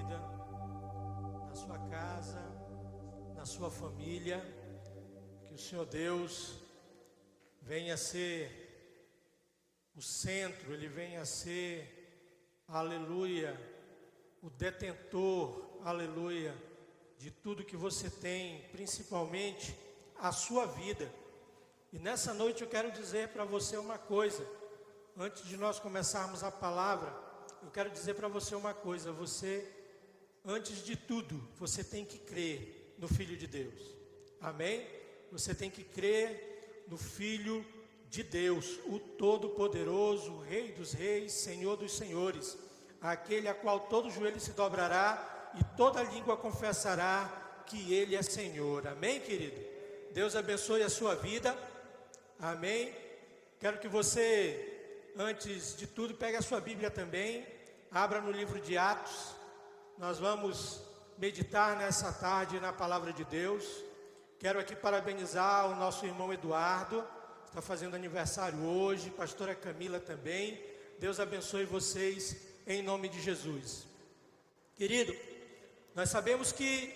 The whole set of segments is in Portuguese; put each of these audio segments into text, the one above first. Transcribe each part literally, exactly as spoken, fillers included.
vida, na sua casa, na sua família. Que o Senhor Deus venha ser o centro, Ele venha ser, aleluia, o detentor, aleluia, de tudo que você tem, principalmente a sua vida. E nessa noite eu quero dizer para você uma coisa. Antes de nós começarmos a palavra, eu quero dizer para você uma coisa. Você, antes de tudo, você tem que crer no Filho de Deus. Amém? Você tem que crer no Filho de Deus, o Todo-Poderoso, o Rei dos Reis, Senhor dos Senhores, aquele a qual todo joelho se dobrará e toda língua confessará que Ele é Senhor. Amém, querido? Deus abençoe a sua vida. Amém? Quero que você, antes de tudo, pegue a sua Bíblia também, abra no livro de Atos. Nós vamos meditar nessa tarde na palavra de Deus. Quero aqui parabenizar o nosso irmão Eduardo, está fazendo aniversário hoje, pastora Camila também. Deus abençoe vocês em nome de Jesus. Querido, nós sabemos que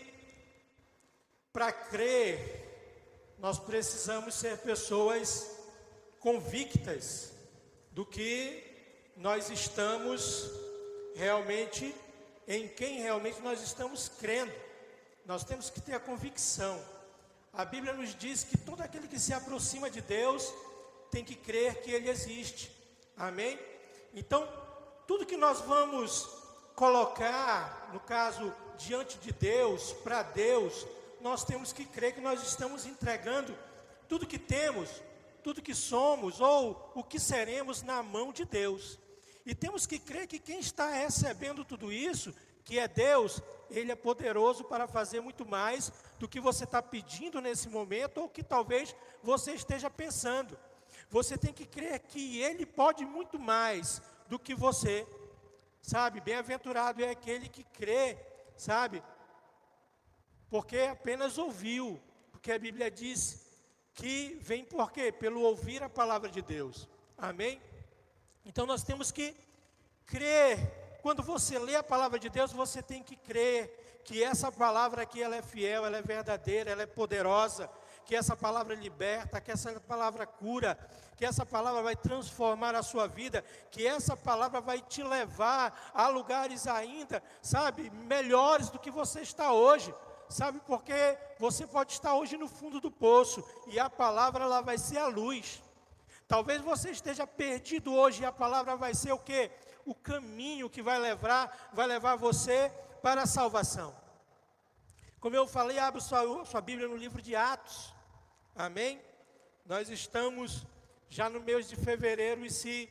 para crer, nós precisamos ser pessoas convictas do que nós estamos realmente, em quem realmente nós estamos crendo. Nós temos que ter a convicção. A Bíblia nos diz que todo aquele que se aproxima de Deus tem que crer que Ele existe. Amém? Então, tudo que nós vamos colocar, no caso, diante de Deus, para Deus, nós temos que crer que nós estamos entregando tudo que temos, tudo que somos ou o que seremos na mão de Deus. E temos que crer que quem está recebendo tudo isso, que é Deus, Ele é poderoso para fazer muito mais do que você está pedindo nesse momento ou que talvez você esteja pensando. Você tem que crer que Ele pode muito mais do que você, sabe? Bem-aventurado é aquele que crê, sabe? Porque apenas ouviu, porque a Bíblia diz que vem por quê? Pelo ouvir a palavra de Deus. Amém? Então nós temos que crer. Quando você lê a palavra de Deus, você tem que crer que essa palavra aqui, ela é fiel, ela é verdadeira, ela é poderosa, que essa palavra liberta, que essa palavra cura, que essa palavra vai transformar a sua vida, que essa palavra vai te levar a lugares ainda, sabe, melhores do que você está hoje. Sabe, porque você pode estar hoje no fundo do poço e a palavra ela vai ser a luz. Talvez você esteja perdido hoje e a palavra vai ser o quê? O caminho que vai levar, vai levar você para a salvação. Como eu falei, abra sua, sua Bíblia no livro de Atos. Amém? Nós estamos já no mês de fevereiro e se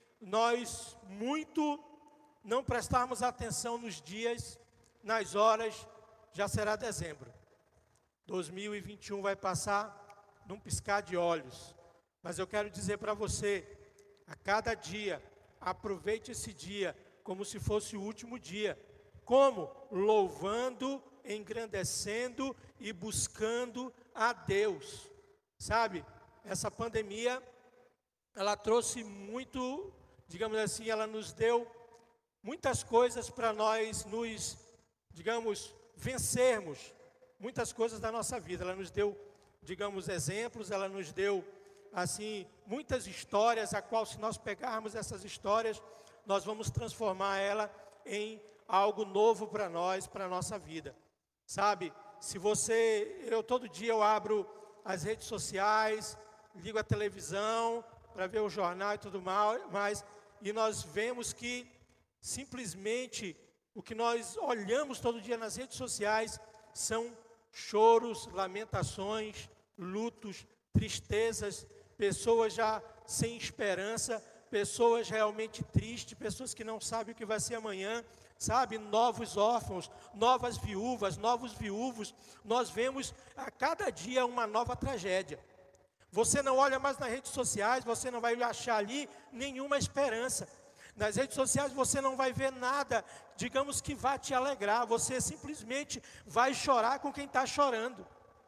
nós muito não prestarmos atenção nos dias, nas horas, já será dezembro. dois mil e vinte e um vai passar num piscar de olhos. Mas eu quero dizer para você, a cada dia, aproveite esse dia como se fosse o último dia. Como? Louvando, engrandecendo e buscando a Deus. Sabe, essa pandemia, ela trouxe muito, digamos assim, ela nos deu muitas coisas para nós nos, digamos, vencermos muitas coisas da nossa vida. Ela nos deu, digamos, exemplos, ela nos deu, assim, muitas histórias, a qual se nós pegarmos essas histórias, nós vamos transformar ela em algo novo para nós, para a nossa vida. Sabe, se você, eu todo dia eu abro as redes sociais, ligo a televisão para ver o jornal e tudo mais, e nós vemos que simplesmente o que nós olhamos todo dia nas redes sociais são choros, lamentações, lutos, tristezas, pessoas já sem esperança, pessoas realmente tristes, pessoas que não sabem o que vai ser amanhã, sabe? Novos órfãos, novas viúvas, novos viúvos. Nós vemos a cada dia uma nova tragédia. Você não olha mais nas redes sociais, você não vai achar ali nenhuma esperança. Nas redes sociais você não vai ver nada, digamos, que vá te alegrar. Você simplesmente vai chorar com quem está chorando,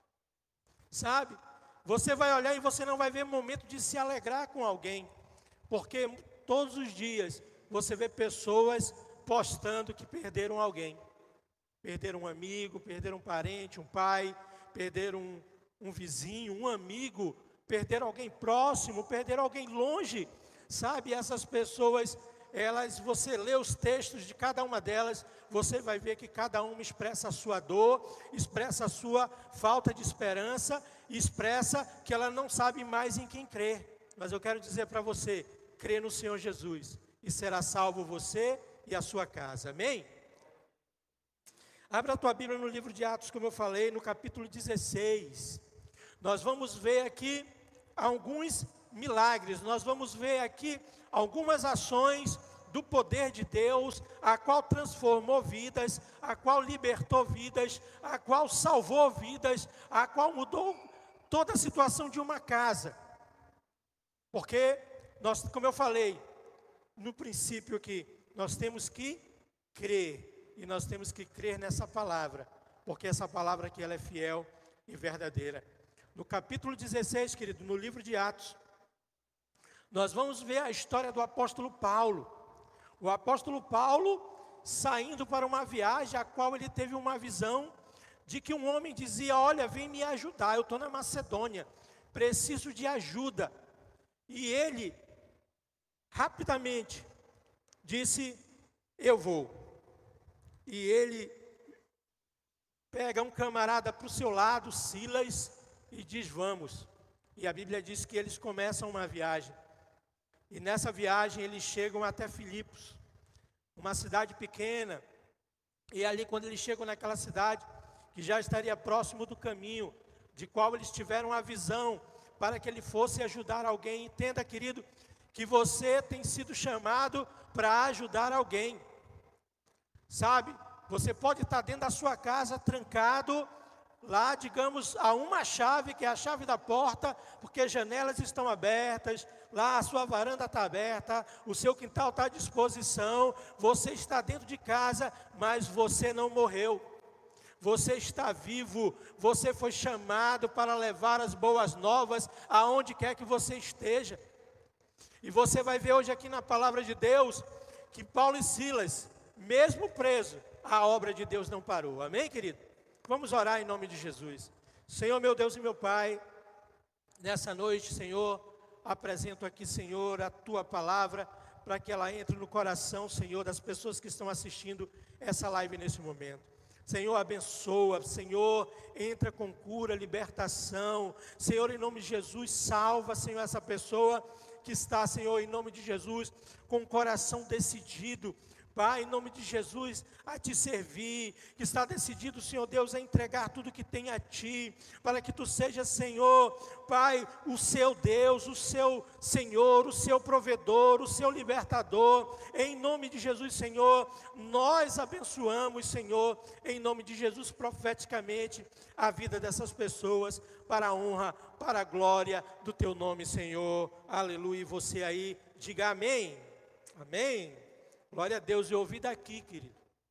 sabe? Você vai olhar e você não vai ver momento de se alegrar com alguém, porque todos os dias você vê pessoas postando que perderam alguém. perderam um amigo, perderam um parente, um pai, perderam um, um vizinho, um amigo, perderam alguém próximo, perderam alguém longe, sabe? Essas pessoas, elas, você lê os textos de cada uma delas, você vai ver que cada uma expressa a sua dor, expressa a sua falta de esperança, expressa que ela não sabe mais em quem crer. Mas eu quero dizer para você, crê no Senhor Jesus, e será salvo você e a sua casa, amém? Abra a tua Bíblia no livro de Atos, como eu falei, no capítulo dezesseis. Nós vamos ver aqui alguns milagres, nós vamos ver aqui algumas ações do poder de Deus, a qual transformou vidas, a qual libertou vidas, a qual salvou vidas, a qual mudou toda a situação de uma casa. Porque, nós, como eu falei, no princípio que nós temos que crer, e nós temos que crer nessa palavra, porque essa palavra aqui ela é fiel e verdadeira. No capítulo dezesseis, querido, no livro de Atos, nós vamos ver a história do apóstolo Paulo. O apóstolo Paulo saindo para uma viagem, a qual ele teve uma visão de que um homem dizia: olha, vem me ajudar, eu estou na Macedônia, preciso de ajuda. E ele, rapidamente, disse: eu vou. E ele pega um camarada para o seu lado, Silas, e diz: vamos. E a Bíblia diz que eles começam uma viagem. E nessa viagem eles chegam até Filipos, uma cidade pequena. E ali, quando eles chegam naquela cidade, que já estaria próximo do caminho, de qual eles tiveram a visão, para que ele fosse ajudar alguém. Entenda, querido, que você tem sido chamado para ajudar alguém. Sabe, você pode estar dentro da sua casa, trancado, lá, digamos, a uma chave, que é a chave da porta, porque as janelas estão abertas, lá a sua varanda está aberta, o seu quintal está à disposição, você está dentro de casa, mas você não morreu, você está vivo, você foi chamado para levar as boas novas aonde quer que você esteja. E você vai ver hoje aqui na palavra de Deus, que Paulo e Silas, mesmo preso, a obra de Deus não parou, amém, querido? Vamos orar em nome de Jesus. Senhor, meu Deus e meu Pai, nessa noite, Senhor, apresento aqui, Senhor, a Tua palavra, para que ela entre no coração, Senhor, das pessoas que estão assistindo essa live nesse momento. Senhor, abençoa, Senhor, entra com cura, libertação, Senhor, em nome de Jesus, salva, Senhor, essa pessoa que está, Senhor, em nome de Jesus, com o coração decidido, Pai, em nome de Jesus, a te servir, que está decidido, Senhor Deus, a entregar tudo que tem a ti, para que tu sejas, Senhor, Pai, o seu Deus, o seu Senhor, o seu provedor, o seu libertador. Em nome de Jesus, Senhor, nós abençoamos, Senhor, em nome de Jesus, profeticamente, a vida dessas pessoas, para a honra, para a glória do teu nome, Senhor. Aleluia. E você aí, diga amém. Amém. Glória a Deus, eu ouvi daqui, querido.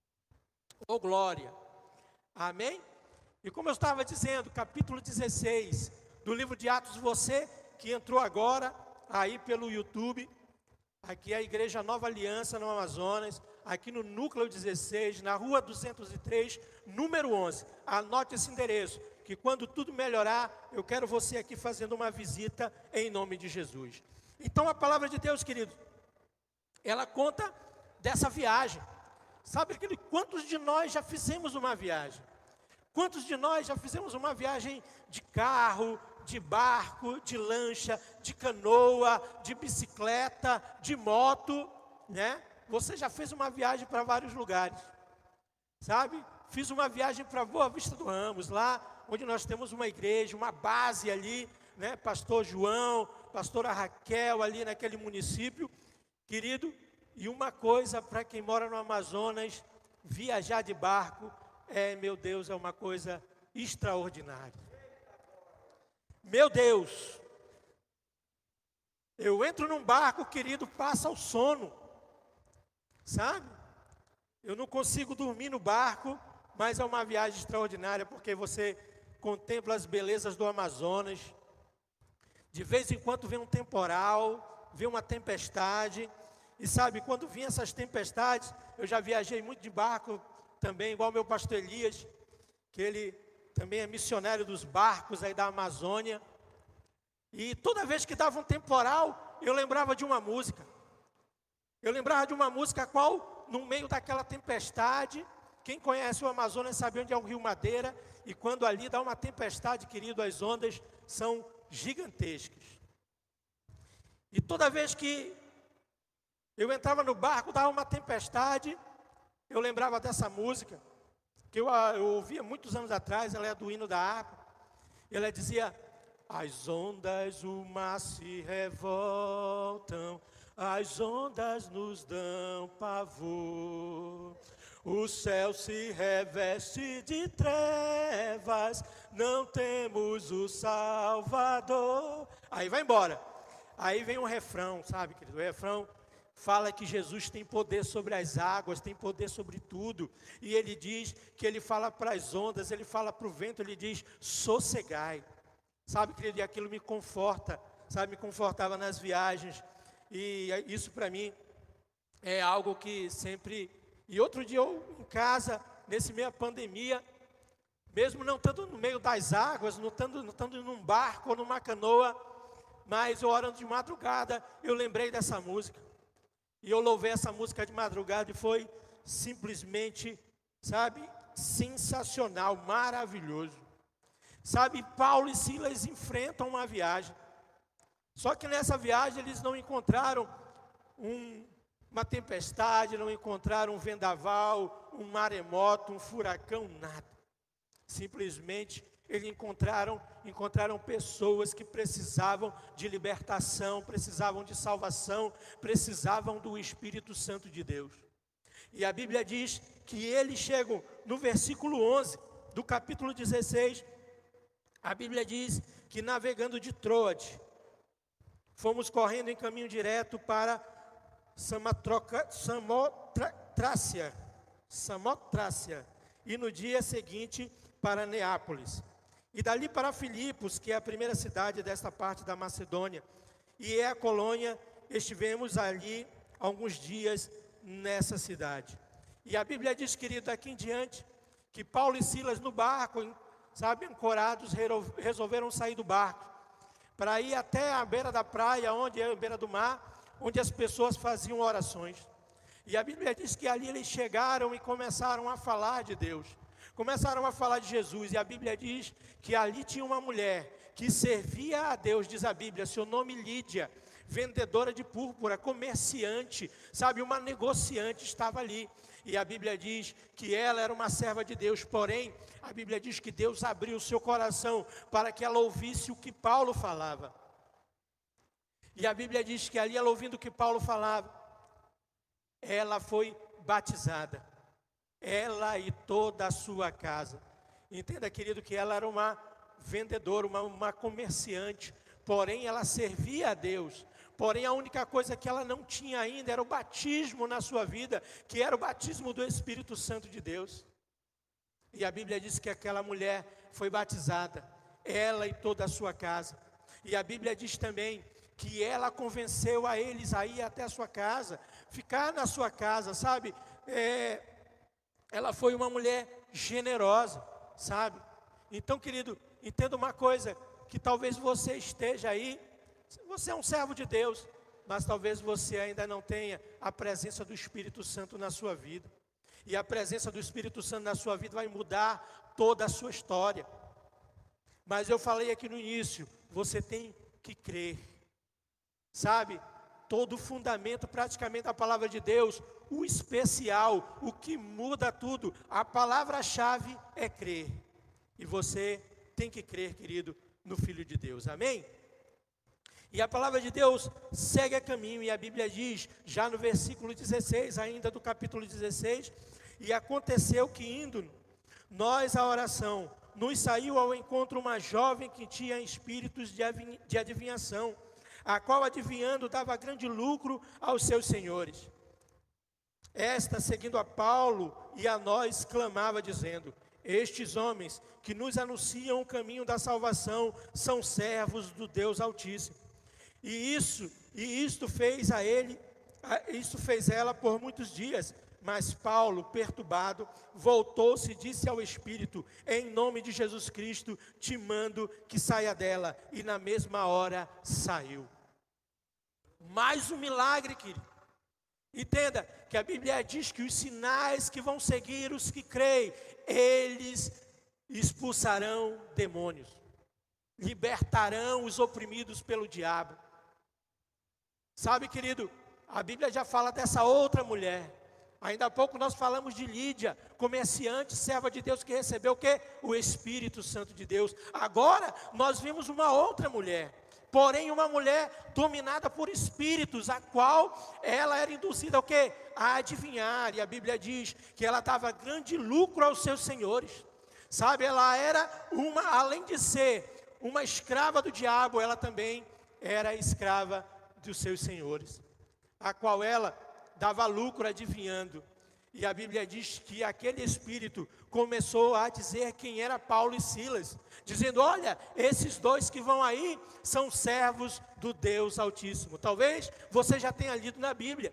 Oh, glória. Amém? E como eu estava dizendo, capítulo dezesseis do livro de Atos, você que entrou agora aí pelo YouTube, aqui é a Igreja Nova Aliança no Amazonas, aqui no Núcleo dezesseis, na rua duzentos e três, número onze. Anote esse endereço, que quando tudo melhorar, eu quero você aqui fazendo uma visita em nome de Jesus. Então a palavra de Deus, querido, ela conta dessa viagem. Sabe que quantos de nós já fizemos uma viagem? Quantos de nós já fizemos uma viagem de carro, de barco, de lancha, de canoa, de bicicleta, de moto, né? Você já fez uma viagem para vários lugares, sabe? Fiz uma viagem para Boa Vista do Ramos, lá onde nós temos uma igreja, uma base ali, né? Pastor João, pastora Raquel ali naquele município, querido. E uma coisa, para quem mora no Amazonas, viajar de barco, é, meu Deus, é uma coisa extraordinária. Meu Deus, eu entro num barco, querido, passa o sono, sabe? Eu não consigo dormir no barco, mas é uma viagem extraordinária, porque você contempla as belezas do Amazonas. De vez em quando vem um temporal, vem uma tempestade. E sabe, quando vinha essas tempestades, eu já viajei muito de barco, também, igual meu pastor Elias, que ele também é missionário dos barcos aí da Amazônia. E toda vez que dava um temporal, eu lembrava de uma música. Eu lembrava de uma música a qual, no meio daquela tempestade, quem conhece o Amazonas sabe onde é o Rio Madeira, e quando ali dá uma tempestade, querido, as ondas são gigantescas. E toda vez que eu entrava no barco, dava uma tempestade, eu lembrava dessa música, que eu, eu ouvia muitos anos atrás, ela é do hino da harpa. Ela dizia: as ondas o mar se revoltam, as ondas nos dão pavor, o céu se reveste de trevas, não temos o Salvador. Aí vai embora. Aí vem um refrão, sabe, querido? O refrão fala que Jesus tem poder sobre as águas, tem poder sobre tudo. E ele diz que ele fala para as ondas, ele fala para o vento, ele diz: sossegai. Sabe, querido, e aquilo me conforta, sabe, me confortava nas viagens. E isso para mim é algo que sempre... E outro dia eu em casa, nesse meio da pandemia, mesmo não estando no meio das águas, não estando, não estando num barco ou numa canoa, mas eu orando de madrugada, eu lembrei dessa música. E eu louvei essa música de madrugada e foi simplesmente, sabe, sensacional, maravilhoso. Sabe, Paulo e Silas enfrentam uma viagem. Só que nessa viagem eles não encontraram um, uma tempestade, não encontraram um vendaval, um maremoto, um furacão, nada. Simplesmente eles encontraram, encontraram pessoas que precisavam de libertação, precisavam de salvação, precisavam do Espírito Santo de Deus. E a Bíblia diz que eles chegam no versículo onze do capítulo dezesseis, a Bíblia diz que navegando de Troade, fomos correndo em caminho direto para Samotrácia, Samotrácia, e no dia seguinte para Neápolis. E dali para Filipos, que é a primeira cidade desta parte da Macedônia, e é a colônia. Estivemos ali alguns dias nessa cidade. E a Bíblia diz, querido, daqui em diante, que Paulo e Silas no barco, sabe, ancorados, resolveram sair do barco, para ir até a beira da praia, onde é a beira do mar, onde as pessoas faziam orações. E a Bíblia diz que ali eles chegaram e começaram a falar de Deus, começaram a falar de Jesus. E a Bíblia diz que ali tinha uma mulher que servia a Deus, diz a Bíblia, seu nome Lídia, vendedora de púrpura, comerciante, sabe, uma negociante estava ali. E a Bíblia diz que ela era uma serva de Deus, porém, a Bíblia diz que Deus abriu o seu coração para que ela ouvisse o que Paulo falava. E a Bíblia diz que ali ela ouvindo o que Paulo falava, ela foi batizada. Ela e toda a sua casa. Entenda, querido, que ela era uma vendedora, uma, uma comerciante, porém ela servia a Deus. Porém a única coisa que ela não tinha ainda era o batismo na sua vida, que era o batismo do Espírito Santo de Deus. E a Bíblia diz que aquela mulher foi batizada, ela e toda a sua casa. E a Bíblia diz também que ela convenceu a eles a ir até a sua casa, ficar na sua casa, sabe? É, ela foi uma mulher generosa, sabe? Então, querido, entenda uma coisa, que talvez você esteja aí, você é um servo de Deus, mas talvez você ainda não tenha a presença do Espírito Santo na sua vida. E a presença do Espírito Santo na sua vida vai mudar toda a sua história. Mas eu falei aqui no início, você tem que crer. Sabe, todo o fundamento praticamente da palavra de Deus, o especial, o que muda tudo, a palavra-chave é crer. E você tem que crer, querido, no Filho de Deus, amém? E a palavra de Deus segue a caminho, e a Bíblia diz, já no versículo dezesseis, ainda do capítulo dezesseis, e aconteceu que indo nós à oração, nos saiu ao encontro uma jovem que tinha espíritos de adivinhação, a qual adivinhando dava grande lucro aos seus senhores. Esta, seguindo a Paulo e a nós, clamava dizendo: estes homens que nos anunciam o caminho da salvação são servos do Deus Altíssimo. E isso, e isto fez a ele, isso fez ela por muitos dias, Mas Paulo, perturbado, voltou-se e disse ao Espírito: em nome de Jesus Cristo, te mando que saia dela. E na mesma hora saiu. Mais um milagre, querido. Entenda que a Bíblia diz que os sinais que vão seguir os que creem, eles expulsarão demônios, libertarão os oprimidos pelo diabo. Sabe, querido, a Bíblia já fala dessa outra mulher. Ainda há pouco nós falamos de Lídia, comerciante, serva de Deus, que recebeu o quê? O Espírito Santo de Deus. Agora nós vimos uma outra mulher, porém uma mulher dominada por espíritos, a qual ela era induzida ao quê? A adivinhar. E a Bíblia diz que ela dava grande lucro aos seus senhores. Sabe, ela era uma, além de ser uma escrava do diabo, ela também era escrava dos seus senhores, a qual ela dava lucro adivinhando. E a Bíblia diz que aquele espírito começou a dizer quem era Paulo e Silas, dizendo: olha, esses dois que vão aí são servos do Deus Altíssimo. Talvez você já tenha lido na Bíblia.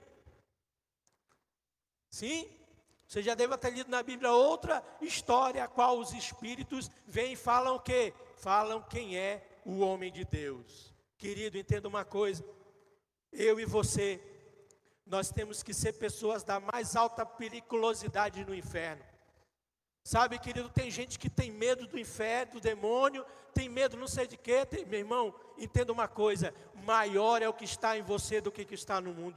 Sim, você já deva ter lido na Bíblia outra história, a qual os espíritos vêm e falam o quê? Falam quem é o homem de Deus. Querido, entenda uma coisa: eu e você, nós temos que ser pessoas da mais alta periculosidade no inferno. Sabe, querido, tem gente que tem medo do inferno, do demônio, tem medo não sei de quê. Tem, meu irmão, entenda uma coisa: maior é o que está em você do que o que está no mundo.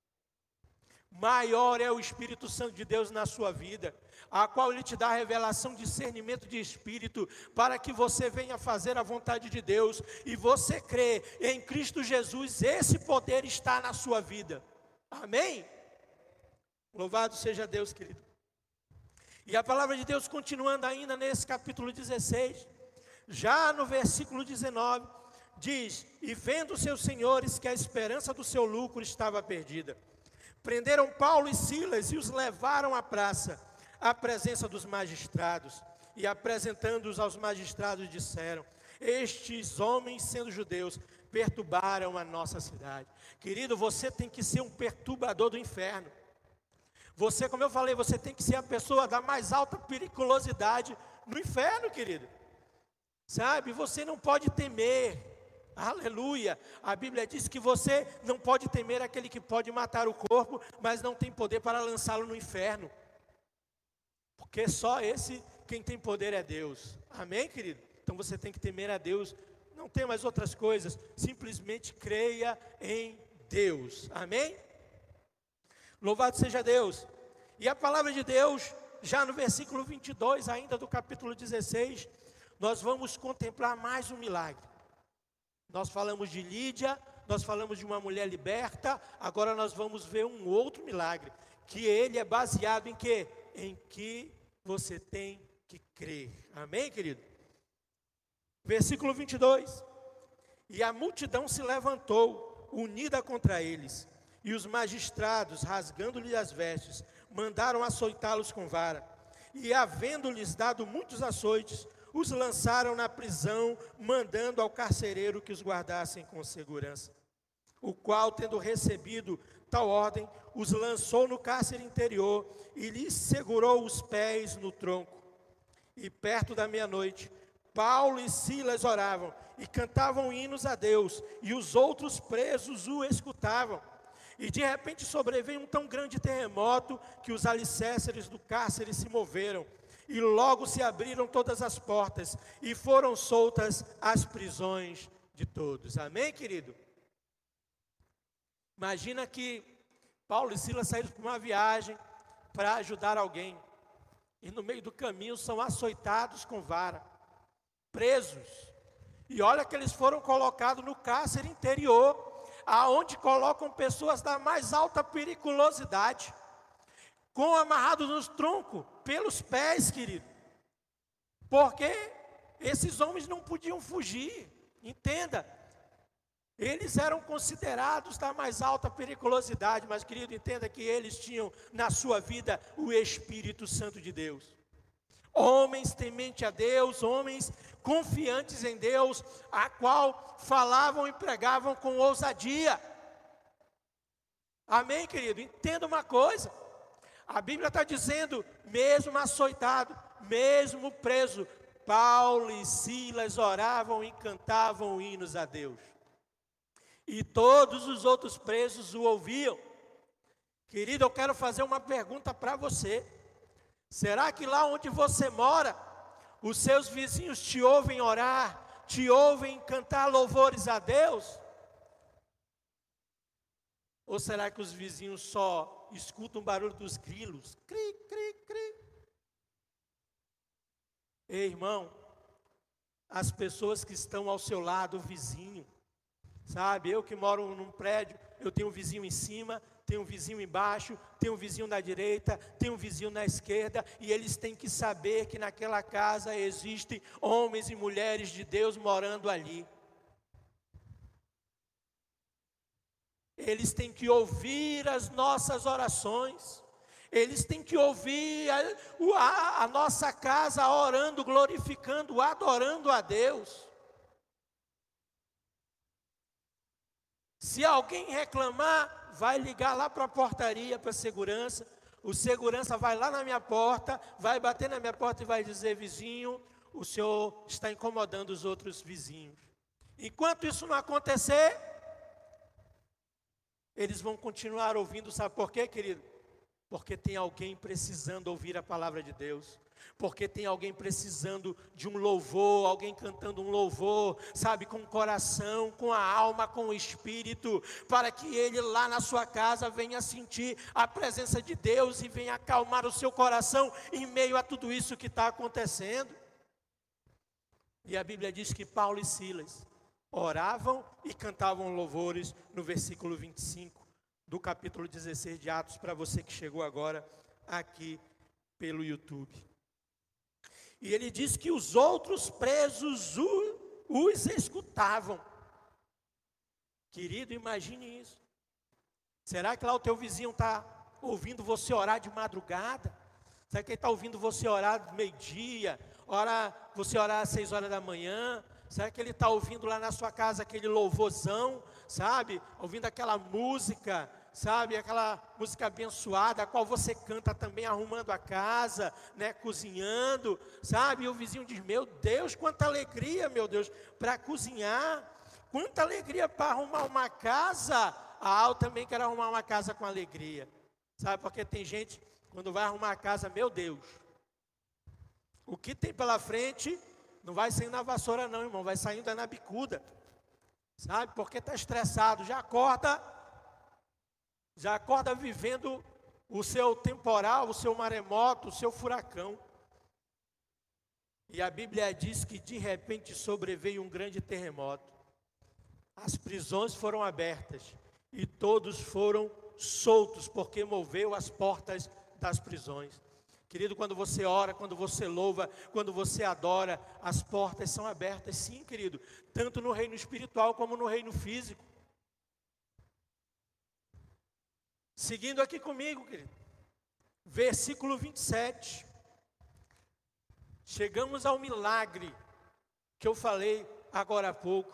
Maior é o Espírito Santo de Deus na sua vida, a qual Ele te dá revelação, discernimento de Espírito, para que você venha fazer a vontade de Deus, e você crê em Cristo Jesus, esse poder está na sua vida. Amém? Louvado seja Deus, querido. E a palavra de Deus continuando ainda nesse capítulo dezesseis, já no versículo dezenove, diz: e vendo seus senhores que a esperança do seu lucro estava perdida, prenderam Paulo e Silas e os levaram à praça, à presença dos magistrados, e apresentando-os aos magistrados disseram: estes homens, sendo judeus, perturbaram a nossa cidade. Querido, você tem que ser um perturbador do inferno. Você, como eu falei, você tem que ser a pessoa da mais alta periculosidade no inferno, querido. Sabe, você não pode temer. Aleluia. A Bíblia diz que você não pode temer aquele que pode matar o corpo, mas não tem poder para lançá-lo no inferno. Porque só esse, quem tem poder é Deus. Amém, querido? Então você tem que temer a Deus. Não tem mais outras coisas. Simplesmente creia em Deus. Amém? Louvado seja Deus. E a palavra de Deus, já no versículo vinte e dois, ainda do capítulo dezesseis, nós vamos contemplar mais um milagre. Nós falamos de Lídia, nós falamos de uma mulher liberta, agora nós vamos ver um outro milagre, que ele é baseado em quê? Em que você tem que crer. Amém, querido? Versículo vinte e dois. E a multidão se levantou, unida contra eles, e os magistrados, rasgando-lhe as vestes, mandaram açoitá-los com vara. E havendo-lhes dado muitos açoites, os lançaram na prisão, mandando ao carcereiro que os guardassem com segurança. O qual, tendo recebido tal ordem, os lançou no cárcere interior e lhes segurou os pés no tronco. E perto da meia-noite, Paulo e Silas oravam e cantavam hinos a Deus, e os outros presos o escutavam. E de repente sobreveio um tão grande terremoto que os alicerces do cárcere se moveram, e logo se abriram todas as portas, e foram soltas as prisões de todos. Amém, querido? Imagina que Paulo e Silas saíram para uma viagem para ajudar alguém, e no meio do caminho são açoitados com vara, presos, e olha que eles foram colocados no cárcere interior, aonde colocam pessoas da mais alta periculosidade, com amarrados nos troncos, pelos pés, querido, porque esses homens não podiam fugir. Entenda, eles eram considerados da mais alta periculosidade, mas, querido, entenda que eles tinham na sua vida o Espírito Santo de Deus. Homens temente a Deus, homens confiantes em Deus, a qual falavam e pregavam com ousadia. Amém, querido? Entenda uma coisa: A Bíblia está dizendo, mesmo açoitado, mesmo preso, Paulo e Silas oravam e cantavam hinos a Deus. E todos os outros presos o ouviam. Querido, eu quero fazer uma pergunta para você. Será que lá onde você mora, os seus vizinhos te ouvem orar, te ouvem cantar louvores a Deus? Ou será que os vizinhos só escutam o barulho dos grilos? Cri, cri, cri. Ei, irmão, as pessoas que estão ao seu lado, o vizinho, sabe? Eu que moro num prédio, eu tenho um vizinho em cima, tenho um vizinho embaixo, tenho um vizinho na direita, tenho um vizinho na esquerda, e eles têm que saber que naquela casa existem homens e mulheres de Deus morando ali. Eles têm que ouvir as nossas orações, eles têm que ouvir a, a, a nossa casa orando, glorificando, adorando a Deus. Se alguém reclamar, vai ligar lá para a portaria, para a segurança. O segurança vai lá na minha porta, vai bater na minha porta e vai dizer: vizinho, o senhor está incomodando os outros vizinhos. Enquanto isso não acontecer, eles vão continuar ouvindo. Sabe por quê, querido? Porque tem alguém precisando ouvir a palavra de Deus. Porque tem alguém precisando de um louvor, alguém cantando um louvor, sabe, com o coração, com a alma, com o espírito, para que ele lá na sua casa venha sentir a presença de Deus e venha acalmar o seu coração em meio a tudo isso que está acontecendo. E a Bíblia diz que Paulo e Silas oravam e cantavam louvores no versículo vinte e cinco do capítulo dezesseis de Atos, para você que chegou agora aqui pelo YouTube. E ele diz que os outros presos o, os escutavam. Querido, imagine isso. Será que lá o teu vizinho está ouvindo você orar de madrugada? Será que ele está ouvindo você orar meio-dia? Ora, você orar às seis horas da manhã? Será que ele está ouvindo lá na sua casa aquele louvorzão, sabe? Ouvindo aquela música, sabe? Aquela música abençoada, a qual você canta também arrumando a casa, né? Cozinhando, sabe? E o vizinho diz: meu Deus, quanta alegria, meu Deus, para cozinhar. Quanta alegria para arrumar uma casa. Ah, eu também quero arrumar uma casa com alegria. Sabe? Porque tem gente, quando vai arrumar a casa, meu Deus, o que tem pela frente... não vai saindo na vassoura não, irmão, vai saindo na bicuda, sabe, porque está estressado, já acorda, já acorda vivendo o seu temporal, o seu maremoto, o seu furacão. E a Bíblia diz que de repente sobreveio um grande terremoto, as prisões foram abertas, e todos foram soltos, porque moveu as portas das prisões. Querido, quando você ora, quando você louva, quando você adora, as portas são abertas, sim, querido, tanto no reino espiritual como no reino físico. Seguindo aqui comigo, querido, versículo vinte e sete, chegamos ao milagre que eu falei agora há pouco.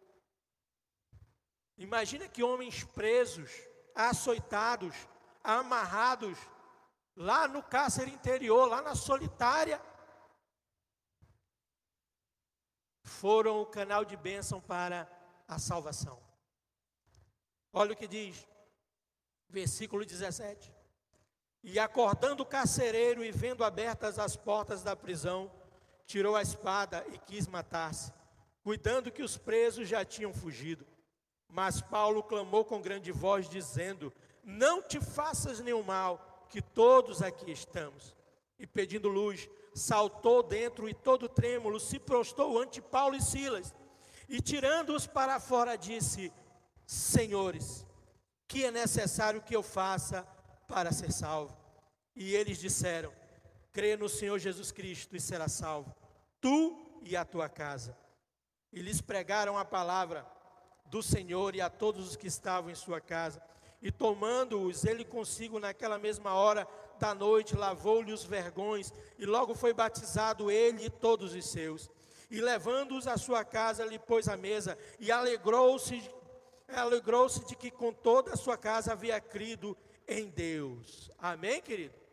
Imagina que homens presos, açoitados, amarrados, lá no cárcere interior, lá na solitária, foram o canal de bênção para a salvação. Olha o que diz, versículo dezessete. E acordando o carcereiro e vendo abertas as portas da prisão, tirou a espada e quis matar-se, cuidando que os presos já tinham fugido. Mas Paulo clamou com grande voz, dizendo: não te faças nenhum mal, que todos aqui estamos. E pedindo luz, saltou dentro e todo trêmulo se prostrou ante Paulo e Silas. E tirando-os para fora disse: senhores, que é necessário que eu faça para ser salvo? E eles disseram: crê no Senhor Jesus Cristo e será salvo, tu e a tua casa. E lhes pregaram a palavra do Senhor e a todos os que estavam em sua casa. E tomando-os ele consigo naquela mesma hora da noite, lavou-lhe os vergões, e logo foi batizado ele e todos os seus. E levando-os à sua casa, lhe pôs à mesa, e alegrou-se, alegrou-se de que com toda a sua casa havia crido em Deus. Amém, querido?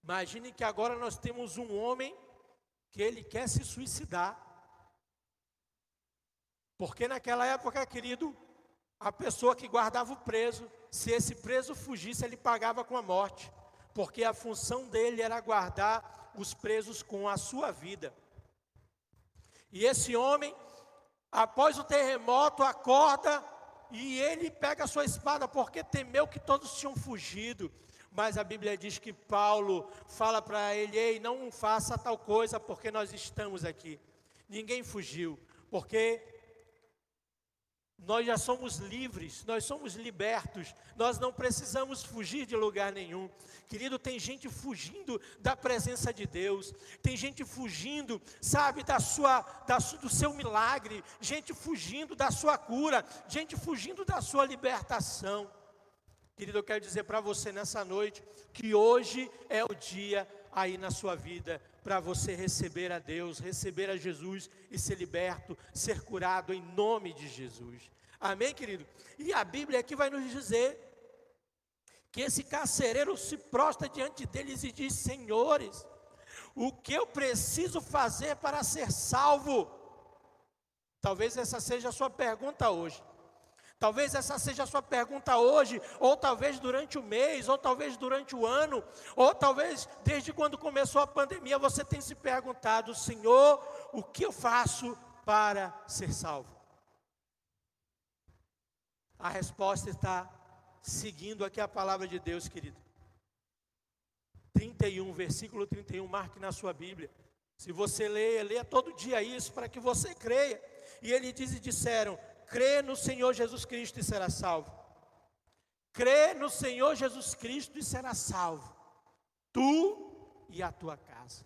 Imagine que agora nós temos um homem que ele quer se suicidar. Porque naquela época, querido, a pessoa que guardava o preso, se esse preso fugisse, ele pagava com a morte. Porque a função dele era guardar os presos com a sua vida. E esse homem, após o terremoto, acorda e ele pega a sua espada, porque temeu que todos tinham fugido. Mas a Bíblia diz que Paulo fala para ele: ei, não faça tal coisa, porque nós estamos aqui. Ninguém fugiu, porque nós já somos livres, nós somos libertos, nós não precisamos fugir de lugar nenhum. Querido, tem gente fugindo da presença de Deus, tem gente fugindo, sabe, da sua, da, do seu milagre, gente fugindo da sua cura, gente fugindo da sua libertação. Querido, eu quero dizer para você nessa noite, que hoje é o dia aí na sua vida, para você receber a Deus, receber a Jesus e ser liberto, ser curado em nome de Jesus. Amém, querido? E a Bíblia aqui vai nos dizer que esse carcereiro se prostra diante deles e diz: senhores, o que eu preciso fazer para ser salvo? Talvez essa seja a sua pergunta hoje. Talvez essa seja a sua pergunta hoje, ou talvez durante o mês, ou talvez durante o ano, ou talvez desde quando começou a pandemia você tenha se perguntado: Senhor, o que eu faço para ser salvo? A resposta está seguindo aqui a palavra de Deus, querido. trinta e um, versículo trinta e um, marque na sua Bíblia. Se você ler, leia todo dia isso, para que você creia. E ele diz e disseram: crê no Senhor Jesus Cristo e será salvo. Crê no Senhor Jesus Cristo e será salvo, tu e a tua casa.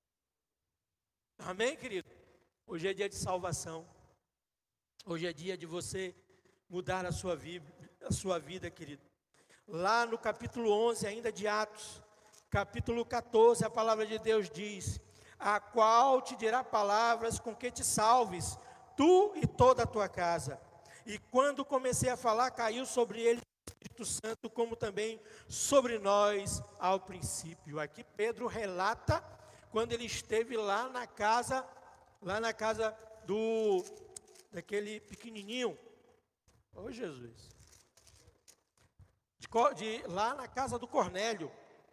Amém, querido? Hoje é dia de salvação. Hoje é dia de você mudar a sua vida, a sua vida, querido. Lá no capítulo onze, ainda de Atos, capítulo catorze, a palavra de Deus diz: a qual te dirá palavras com que te salves, tu e toda a tua casa. E quando comecei a falar, caiu sobre ele o Espírito Santo, como também sobre nós ao princípio. Aqui Pedro relata quando ele esteve lá na casa, lá na casa do, daquele pequenininho, ô Jesus, de, de, lá na casa do Cornélio.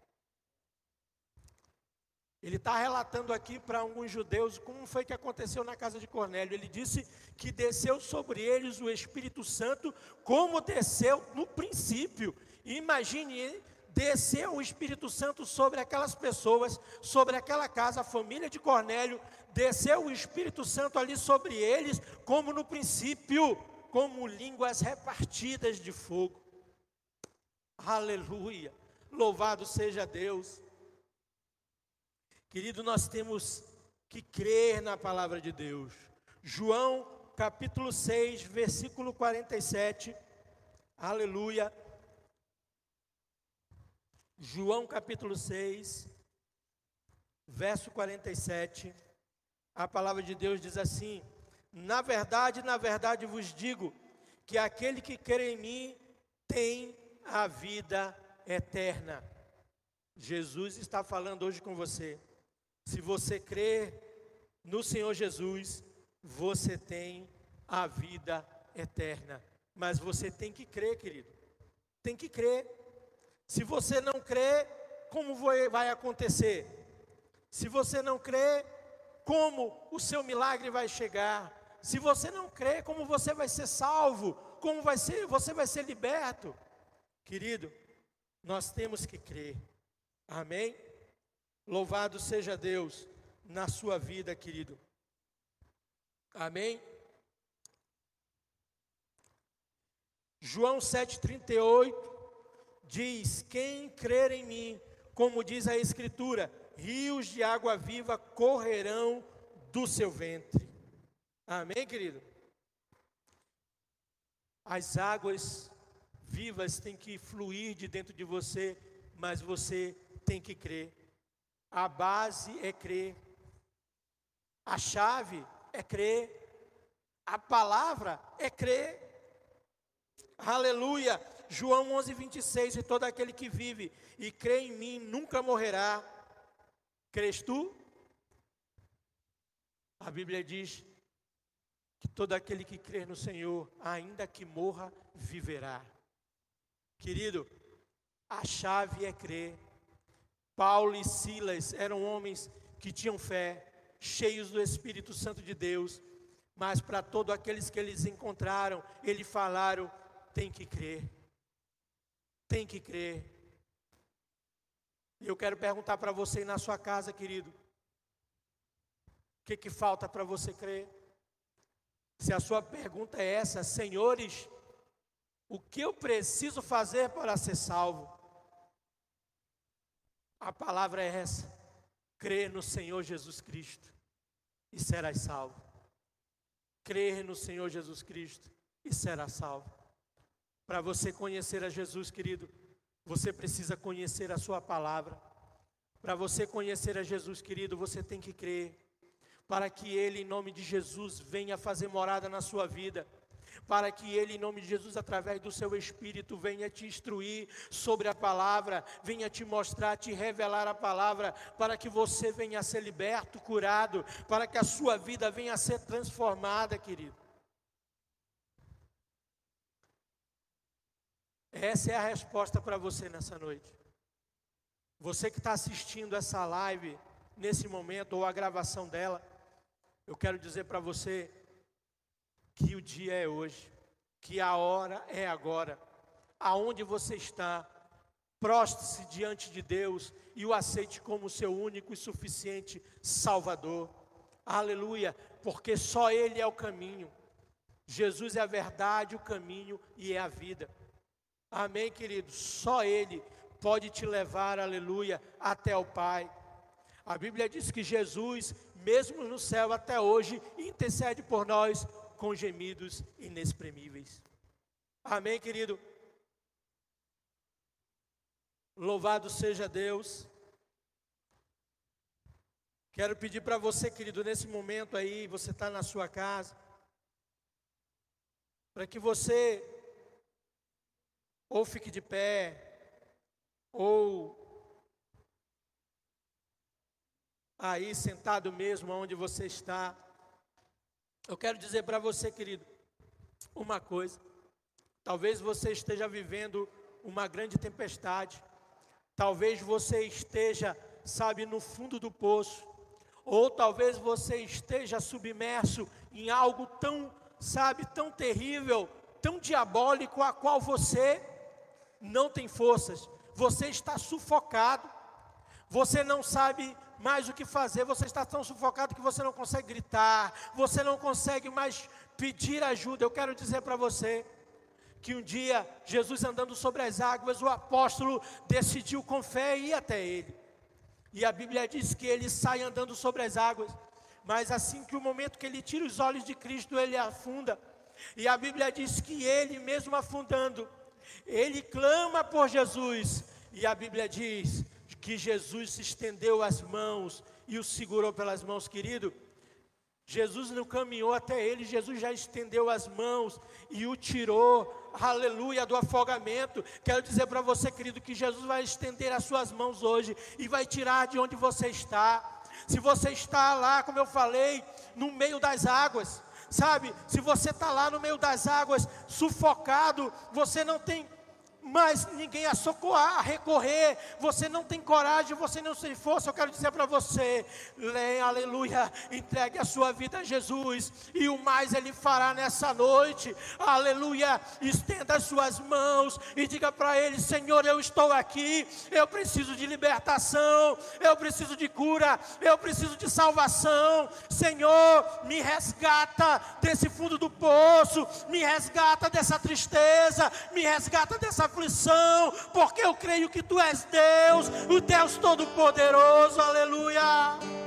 Ele está relatando aqui para alguns judeus como foi que aconteceu na casa de Cornélio. Ele disse que desceu sobre eles o Espírito Santo, como desceu no princípio. Imagine, desceu o Espírito Santo sobre aquelas pessoas, sobre aquela casa, a família de Cornélio. Desceu o Espírito Santo ali sobre eles, como no princípio, como línguas repartidas de fogo. Aleluia, louvado seja Deus. Querido, nós temos que crer na palavra de Deus. João capítulo seis, versículo quarenta e sete, aleluia. João capítulo seis, verso quarenta e sete, a palavra de Deus diz assim: na verdade, na verdade vos digo, que aquele que crê em mim tem a vida eterna. Jesus está falando hoje com você. Se você crer no Senhor Jesus, você tem a vida eterna. Mas você tem que crer, querido. Tem que crer. Se você não crer, como vai acontecer? Se você não crer, como o seu milagre vai chegar? Se você não crer, como você vai ser salvo? Como vai ser, você vai ser liberto? Querido, nós temos que crer. Amém? Louvado seja Deus na sua vida, querido. Amém? João sete, trinta e oito diz: quem crer em mim, como diz a Escritura, rios de água viva correrão do seu ventre. Amém, querido? As águas vivas têm que fluir de dentro de você, mas você tem que crer. A base é crer, a chave é crer, a palavra é crer. Aleluia. João onze, vinte e seis, e todo aquele que vive e crê em mim nunca morrerá. Crês tu? A Bíblia diz que todo aquele que crer no Senhor, ainda que morra, viverá. Querido, a chave é crer. Paulo e Silas eram homens que tinham fé, cheios do Espírito Santo de Deus, mas para todos aqueles que eles encontraram, eles falaram, tem que crer, tem que crer. E eu quero perguntar para você na sua casa, querido, o que, que falta para você crer? Se a sua pergunta é essa, senhores, o que eu preciso fazer para ser salvo? A palavra é essa, crer no Senhor Jesus Cristo e serás salvo. Crer no Senhor Jesus Cristo e serás salvo. Para você conhecer a Jesus, querido, você precisa conhecer a sua palavra. Para você conhecer a Jesus, querido, você tem que crer. Para que Ele, em nome de Jesus, venha fazer morada na sua vida. Para que Ele, em nome de Jesus, através do seu Espírito, venha te instruir sobre a palavra, venha te mostrar, te revelar a palavra, para que você venha a ser liberto, curado, para que a sua vida venha a ser transformada, querido. Essa é a resposta para você nessa noite. Você que está assistindo essa live, nesse momento, ou a gravação dela, eu quero dizer para você que o dia é hoje, que a hora é agora. Aonde você está, prostre-se diante de Deus e o aceite como seu único e suficiente Salvador. Aleluia, porque só Ele é o caminho. Jesus é a verdade, o caminho e é a vida. Amém, querido? Só Ele pode te levar, aleluia, até o Pai. A Bíblia diz que Jesus, mesmo no céu até hoje, intercede por nós com gemidos inexprimíveis. Amém, querido? Louvado seja Deus. Quero pedir para você, querido, nesse momento aí, você está na sua casa, para que você ou fique de pé, ou aí sentado mesmo onde você está. Eu quero dizer para você, querido, uma coisa. Talvez você esteja vivendo uma grande tempestade. Talvez você esteja, sabe, no fundo do poço. Ou talvez você esteja submerso em algo tão, sabe, tão terrível, tão diabólico, a qual você não tem forças. Você está sufocado. Você não sabe mais o que fazer, você está tão sufocado que você não consegue gritar, você não consegue mais pedir ajuda. Eu quero dizer para você que um dia, Jesus andando sobre as águas, o apóstolo decidiu com fé ir até ele. E a Bíblia diz que ele sai andando sobre as águas, mas assim que o momento que ele tira os olhos de Cristo, ele afunda. E a Bíblia diz que ele, mesmo afundando, ele clama por Jesus. E a Bíblia diz que Jesus se estendeu as mãos e o segurou pelas mãos, querido. Jesus não caminhou até ele, Jesus já estendeu as mãos e o tirou, aleluia, do afogamento. Quero dizer para você, querido, que Jesus vai estender as suas mãos hoje e vai tirar de onde você está. Se você está lá, como eu falei, no meio das águas, sabe, se você está lá no meio das águas, sufocado, você não tem mas ninguém a socorrer, a recorrer, você não tem coragem, você não tem força. Eu quero dizer para você, leia, aleluia, entregue a sua vida a Jesus, e o mais Ele fará nessa noite, aleluia. Estenda as suas mãos e diga para Ele: Senhor, eu estou aqui, eu preciso de libertação, eu preciso de cura, eu preciso de salvação. Senhor, me resgata desse fundo do poço, me resgata dessa tristeza, me resgata dessa aflição, porque eu creio que Tu és Deus, o Deus Todo-Poderoso, aleluia.